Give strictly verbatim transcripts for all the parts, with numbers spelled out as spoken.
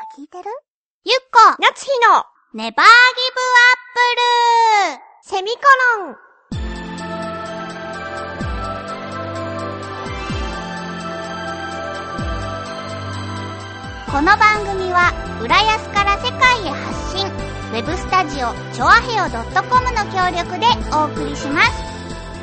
聞いてる？ゆっこ夏日のネバーギブアップルセミコロン。 この番組は浦安から世界へ発信、ウェブスタジオチョアヘオ .com の協力でお送りします。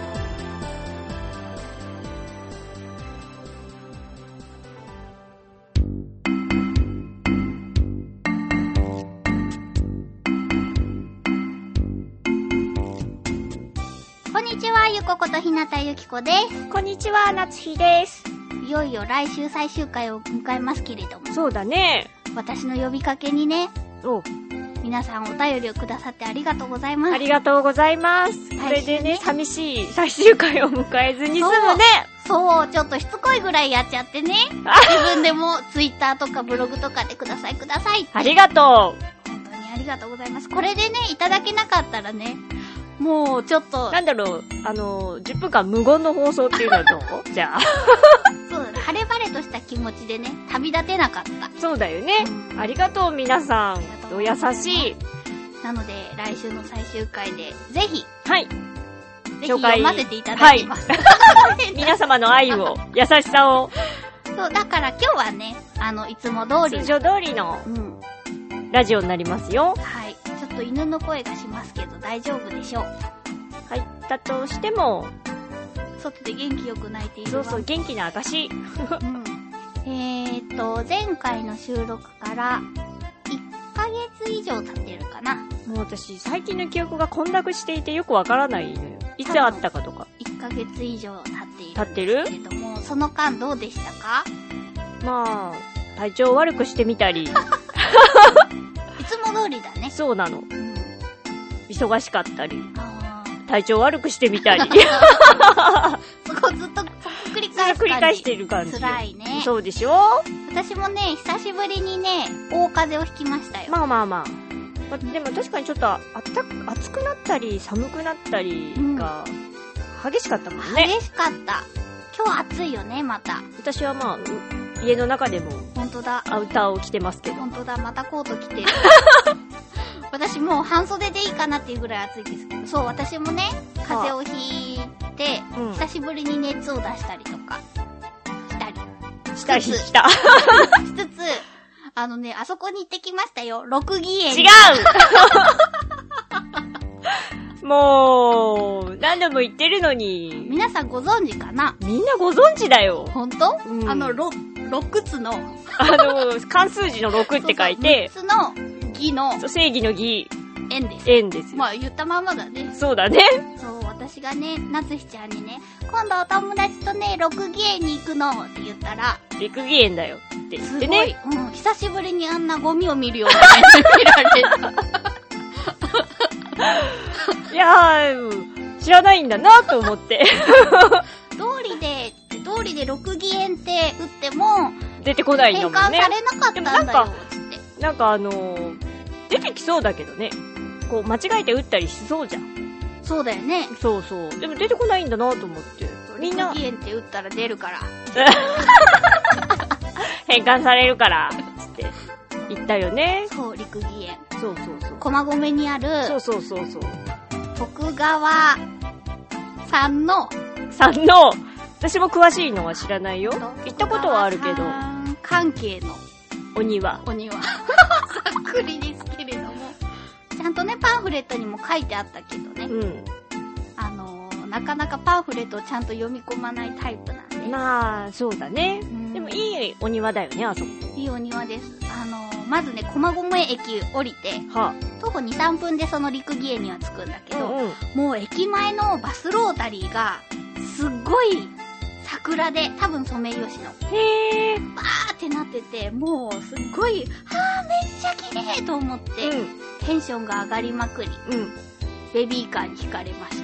こんにちは、ゆこことひなたゆきこです。 こんにちは、夏日です。 いよいよ来週最終回を迎えますけれども、 そうだね。 私の呼びかけにね、 お皆さんお便りをくださってありがとうございます。 ありがとうございます。これでね、寂しい最終回を迎えずに済むね。 そう、ちょっとしつこいぐらいやっちゃってね。自分でもツイッターとかブログとかでくださいくださいって。 ありがとう。 本当にありがとうございます。これでね、いただけなかったらね、もうちょっとなんだろう、あのじゅっぷんかん無言の放送っていうのはどう？じゃあそうだね、晴れ晴れとした気持ちでね、旅立てなかった。 そうだよね、うん、ありがとう皆さん、お優しい。 なので来週の最終回でぜひ、 はい、 ぜひ読ませていただきます、 はい、皆様の愛を優しさを。 そうだから今日はね、あのいつも通り通常通りの、うん、ラジオになりますよ。 はい、ちょっと犬の声がしますけど大丈夫でしょう。 はい、だとしても外で元気よく鳴いている。 そうそう、元気な証、うん、 えーっと前回の収録からいっかげつ以上経ってるかな。 もう私最近の記憶が混濁していてよくわからないのよ。いつあったかとか。 いっかげつ以上経っている経ってるけれども、その間どうでしたか？ まあ体調悪くしてみたりいつも通りだね。 そうなの、うん、忙しかったりあ体調悪くしてみたりそこずっと繰り返す感じ。 繰り返してる感じ。 辛いね。 そうでしょ。 私もね、久しぶりにね、大風邪をひきましたよ。 まあまあまあ、まあ、でも確かにちょっとあった暑くなったり寒くなったりが激しかったもんね、 うん、激しかった。今日暑いよね、また。 私はまあ家の中でも本当だ、 アウターを着てますけど。 本当だ、またコート着てる私もう半袖でいいかなっていうぐらい暑いですけど。そう、私もね、風邪をひいて、うん、久しぶりに熱を出したりとかしたりしたりしたしつつ、あのね、あそこに行ってきましたよ、六義園。 違うもう何度も言ってるのに。 皆さんご存知かな？ みんなご存知だよ。 本当？うん、あのろろくつのあの漢数字のろくって書いて、 そうそう、みっつの義の正義の義、 円です。 円です。 まあ言ったままだね。 そうだね。 そう、私がね、夏日ちゃんにね、今度お友達とね、六義園に行くのって言ったら、 六義園だよって言ってね。 すごい、うん、久しぶりにあんなゴミを見るような目で見られた。 いやー、知らないんだなと思って。 通りで、通りで六義園って打っても、 出てこないんだもんね。 変換されなかったんだよ、 なんか、 つって。 なんかあのー、出てきそうだけどね。こう、間違えて打ったりしそうじゃん。 そうだよね。 そうそう。でも出てこないんだなと思って。みんな。 六義園って打ったら出るから。 変換されるから、つって言ったよね。 そう、六義園。 そうそうそう。 駒込にある、 そうそうそうそう。 徳川さんの、 さんの、私も詳しいのは知らないよ。行ったことはあるけど。 関係のお庭。 お庭。さっくりですけれども。ちゃんとね、パンフレットにも書いてあったけどね。うん。あのー、なかなかパンフレットをちゃんと読み込まないタイプなんで。 まあ、そうだね。でもいいお庭だよね、あそこ。 いいお庭です。あのー、まずね、駒込駅降りて、はあ、徒歩に、さんぷんでその陸義園には着くんだけど、うんうん、もう駅前のバスロータリーが、すっごい桜で、多分ソメイヨシノ。 へー。 バーってなってて、もうすっごい、はぁ、めっちゃ綺麗と思って、うん、テンションが上がりまくり、うん、ベビーカーに引かれました。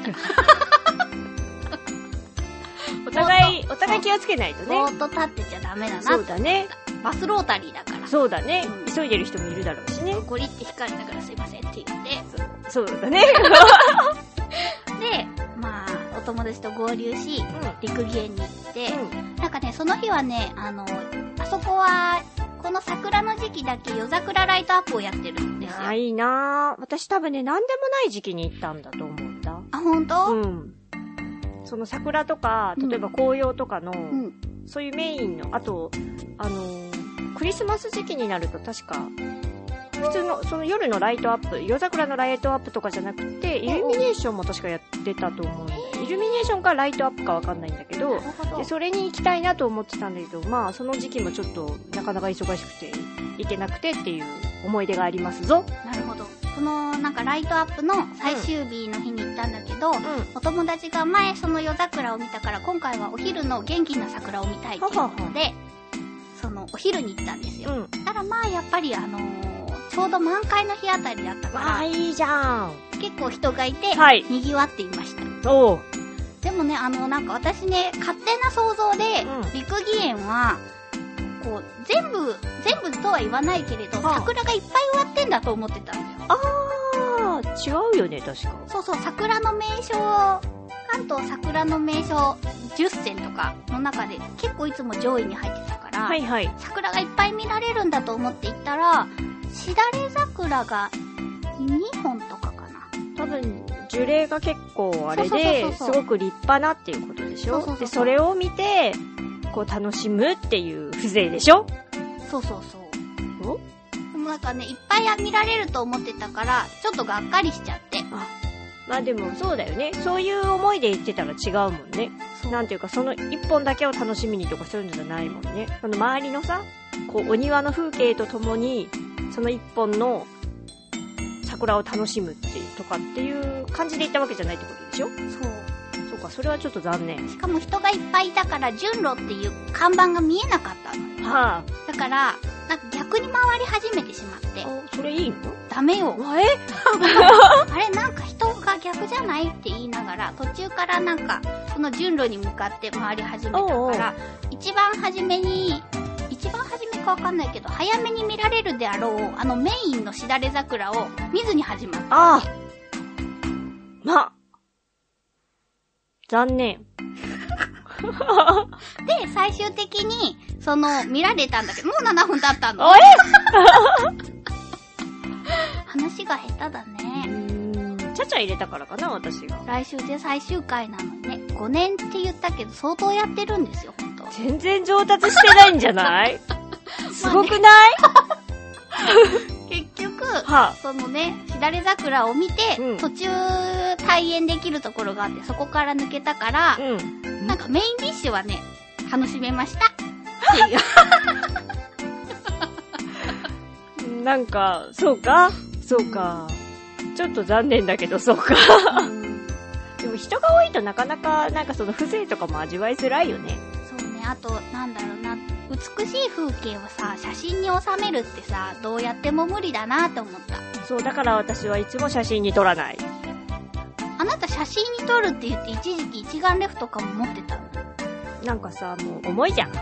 お互い、お互い気をつけないとね。 ぼーっと立ってちゃダメだな。 そうだね。 バスロータリーだから。 そうだね。うん、急いでる人もいるだろうしね。 ゴリって引かれながらすいませんって言って。 そ, そうだね。 で、まあ、お友達と合流し、うん、陸義園に行って、うん、なんかね、その日はね、あの、あそこは、 この桜の時期だけ夜桜ライトアップをやってるんですよ。 あ、いいなぁ。私多分ね、なんでもない時期に行ったんだと思うんだ。 あ、ほんと？ うん。その桜とか、例えば紅葉とかの、うん、そういうメインの、あと、あのー、クリスマス時期になると確か、普通の、その夜のライトアップ、夜桜のライトアップとかじゃなくて、イルミネーションも確かやってたと思うんで、イルミネーションかライトアップかわかんないんだけど、で、それに行きたいなと思ってたんだけど、まあ、その時期もちょっと、なかなか忙しくて、行けなくてっていう思い出がありますぞ。 なるほど。その、なんかライトアップの最終日の日に行ったんだけど、うん、お友達が前その夜桜を見たから、今回はお昼の元気な桜を見たいっていうことで、その、お昼に行ったんですよ。うん。ただまあ、やっぱりあのー、ちょうど満開の日あたりだったから、 あ、いいじゃん。 結構人がいて、 はい、 賑わっていました。 おう。 でもね、あの、なんか私ね、勝手な想像で、うん、陸義園は、こう、全部、全部とは言わないけれど、はあ、桜がいっぱい植わってんだと思ってたんだよ。 あー、違うよね、確か。 そうそう、桜の名所、関東桜の名所じゅっせんとかの中で結構いつも上位に入ってたから、 はいはい、 桜がいっぱい見られるんだと思って行ったら、しだれ桜がにほんとかかな。 多分、樹齢が結構あれで、すごく立派なっていうことでしょ。そうそうそうそう。で、それを見て、こう楽しむっていう風情でしょ。 そうそうそう。お？でもなんかね、いっぱい見られると思ってたから、ちょっとがっかりしちゃって。 あ、まあでもそうだよね。そういう思いで言ってたら違うもんね。なんていうか、その一本だけを楽しみにとかそういうのじゃないもんね。その周りのさ、こうお庭の風景とともに、その一本の桜を楽しむってとかっていう感じで行ったわけじゃないってことでしょ。 そう。 そうか、それはちょっと残念。 しかも人がいっぱいいたから順路っていう看板が見えなかったのよ。はあ。だから、なんか逆に回り始めてしまって。 あ、それいいの？ ダメよ。 えあれ、なんか人が逆じゃないって言いながら、途中からなんか、その順路に向かって回り始めたから、おうおう、一番初めに、一番初めかわかんないけど、早めに見られるであろう、あのメインのしだれ桜を見ずに始まった、ね。ああ。 ま、残念。 で、最終的に、その、見られたんだけど、もうななふん経ったの。 あれ話が下手だね。 うーん。ちゃちゃ入れたからかな、私が。 来週で最終回なのにね。ごねんって言ったけど、相当やってるんですよ、ほんと。 全然上達してないんじゃないすごくない、 結局、はあ、そのね、しだれ桜を見て、うん、途中退園できるところがあって、そこから抜けたから、うん、なんかメインディッシュはね、楽しめました。っていう。 なんか、そうかそうか。ちょっと残念だけど、そうか。でも人が多いとなかなか、なんかその風情とかも味わいづらいよね。 そうね、あと、なんだろうな、美しい風景をさ、写真に収めるってさ、どうやっても無理だなって思った。 そう、だから私はいつも写真に撮らない。 あなた写真に撮るって言って一時期一眼レフとかも持ってたの？ なんかさ、もう重いじゃん。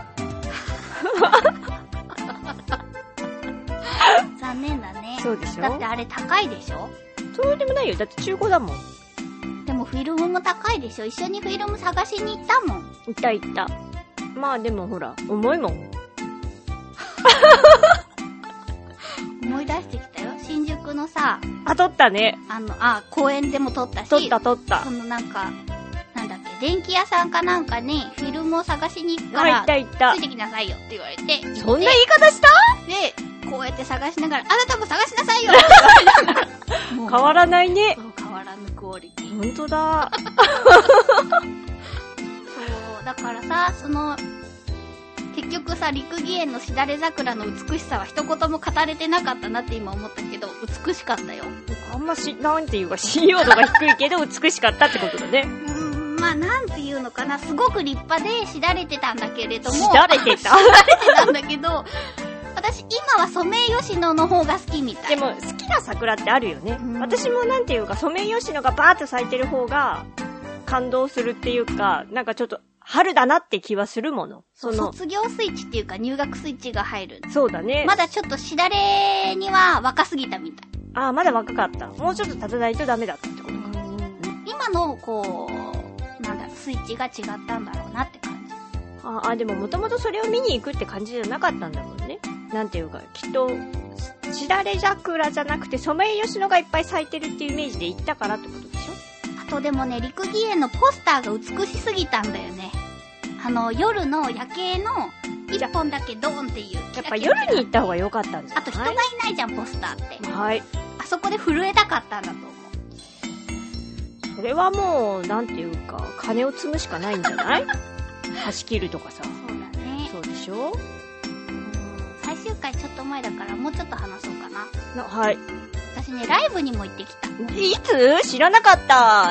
残念だね。 そうでしょ。 だってあれ高いでしょ？ そうでもないよ。だって中古だもん。 でもフィルムも高いでしょ？一緒にフィルム探しに行ったもん。 行った行った。まあでもほら、重いもん。 思い出してきたよ。新宿のさ。 あ、撮ったね。 あの、あ、公園でも撮ったし。 撮った撮った。 そのなんか、なんだっけ、電気屋さんかなんかにフィルムを探しに行くから、 行った行った。 ついてきなさいよって言われて。 そんな言い方した？ で、こうやって探しながら、あなたも探しなさいよって言われながら。 変わらないね。 そう、変わらぬクオリティ。 ほんとだ。 そう、だからさ、その、結局さ、陸義園のしだれ桜の美しさは一言も語れてなかったなって今思ったけど、美しかったよ。 あんまし、なんていうか、信用度が低いけど美しかったってことだね。 うん、まあなんていうのかな、すごく立派でしだれてたんだけれども。 しだれてたしだれてたんだけど、私今はソメイヨシノの方が好きみたい。 でも好きな桜ってあるよね。うん、私もなんていうか、ソメイヨシノがバーッと咲いてる方が感動するっていうか、なんかちょっと、春だなって気はするもの。 その卒業スイッチっていうか入学スイッチが入る。 そうだね。 まだちょっとしだれには若すぎたみたい。 ああ、まだ若かった。もうちょっと経たないとダメだったってことか。 今のこうなんだろう、スイッチが違ったんだろうなって感じ。 ああ、でももともとそれを見に行くって感じじゃなかったんだもんね。 なんていうか、きっと、しだれ桜じゃなくてソメイヨシノがいっぱい咲いてるっていうイメージで行ったからってことでしょ？ あとでもね、六義園のポスターが美しすぎたんだよね。あの、夜の夜景の一本だけドーンっていう。 やっぱ夜に行った方が良かったんじゃない？ あと人がいないじゃん、ポスターって。 はい。 あそこで震えたかったんだと思う。 それはもう、なんていうか、金を積むしかないんじゃない？貸し切るとかさ。 そうだね。 そうでしょ？ 最終回ちょっと前だからもうちょっと話そうかな。 な、はい。 私ね、ライブにも行ってきた。 いつ？知らなかった。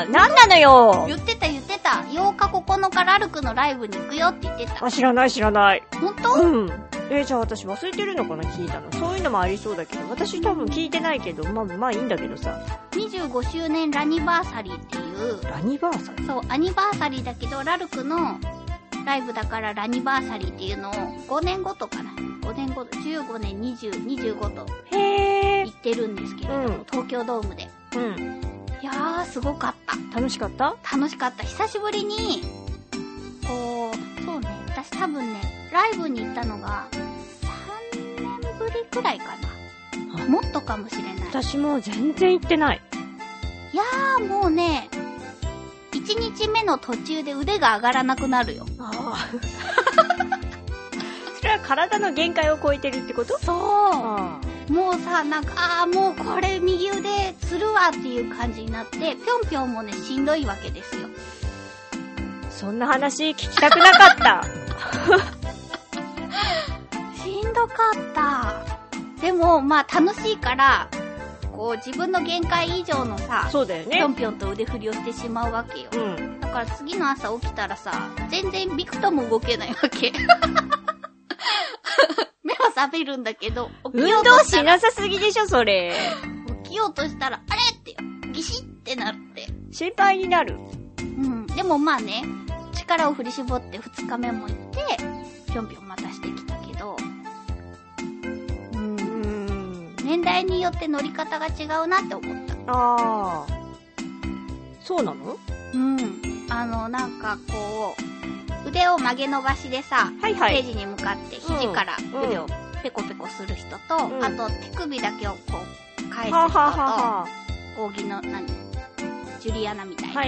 なんなのよ。 言ってた言ってた。ようかここのかラルクのライブに行くよって言ってた。 あ、知らない知らない。 ほんと？ うん。えー、じゃあ私忘れてるのかな、聞いたの。そういうのもありそうだけど、私多分聞いてないけど、まあまあいいんだけどさ。 にじゅうごしゅうねんラニバーサリーっていう。 ラニバーサリー？ そう、アニバーサリーだけど、ラルクのライブだからラニバーサリーっていうのをごねんごとかな。ごねんごと、じゅうごねん、にじゅう、にじゅうごと。 へー。 行ってるんですけれども、うん、東京ドームで。 うん。 いやー、すごかった。 楽しかった？ 楽しかった。久しぶりに、こう、そうね、私多分ね、ライブに行ったのが、さんねんぶりくらいかな。もっとかもしれない。 私もう全然行ってない。 いやー、もうね、いちにちめの途中で腕が上がらなくなるよ。ああ。 それは体の限界を超えてるってこと？ そう。もうさ、なんか、ああ、もうこれ右腕つるわっていう感じになって、ぴょんぴょんもね、しんどいわけですよ。 そんな話聞きたくなかった。 しんどかった。でも、まあ楽しいから、こう自分の限界以上のさ、 そうだよね。 ぴょんぴょんと腕振りをしてしまうわけよ。うん。だから次の朝起きたらさ、全然びくとも動けないわけ。目は覚めるんだけど、 起きようとしたら運動しなさすぎでしょ、それ。 起きようとしたら、あれってよ、ギシってなって。 心配になる。 うん。でもまあね、力を振り絞ってふつかめも行って、ぴょんぴょんまたしてきたけど、うん。うん年代によって乗り方が違うなって思った。 ああ。そうなの？ うん。あの、なんかこう、腕を曲げ伸ばしでさ、はいはい、ステージに向かって肘から腕をペコペコする人と、うん、あと手首だけをこう返す人と、はははは扇の何ジュリアナみたいな、はい、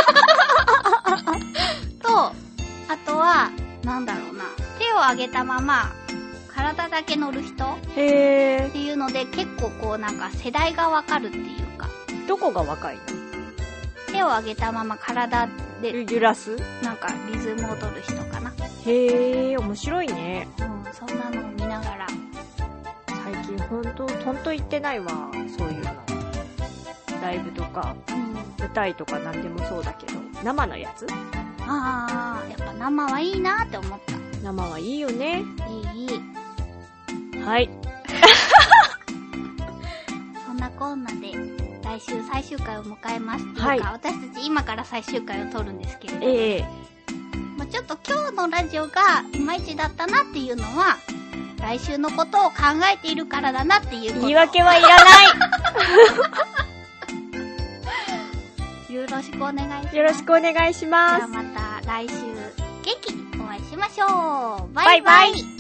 とあとはなんだろうな、手を上げたまま体だけ乗る人へーっていうので、結構こうなんか世代がわかるっていうか。 どこが若いの？ 手を上げたまま体で揺らすなんかリズムを取る人かな。 へえ、面白いね。 うん、そんなのを見ながら。 最近ほんとほんと行ってないわ、そういうの。ライブとか、うん、舞台とかなんでもそうだけど、生のやつ？ ああ、やっぱ生はいいなって思った。 生はいいよね。 いいいい。 はい。 そんなこんなで。来週最終回を迎えますっていうか、はい、私たち今から最終回を撮るんですけれども、ええ、まあ、ちょっと今日のラジオがいまいちだったなっていうのは、来週のことを考えているからだなっていうこと。 言い訳はいらないよろしくお願いします。 よろしくお願いします。 じゃあまた来週元気にお会いしましょう。バイバイ。バイバイ。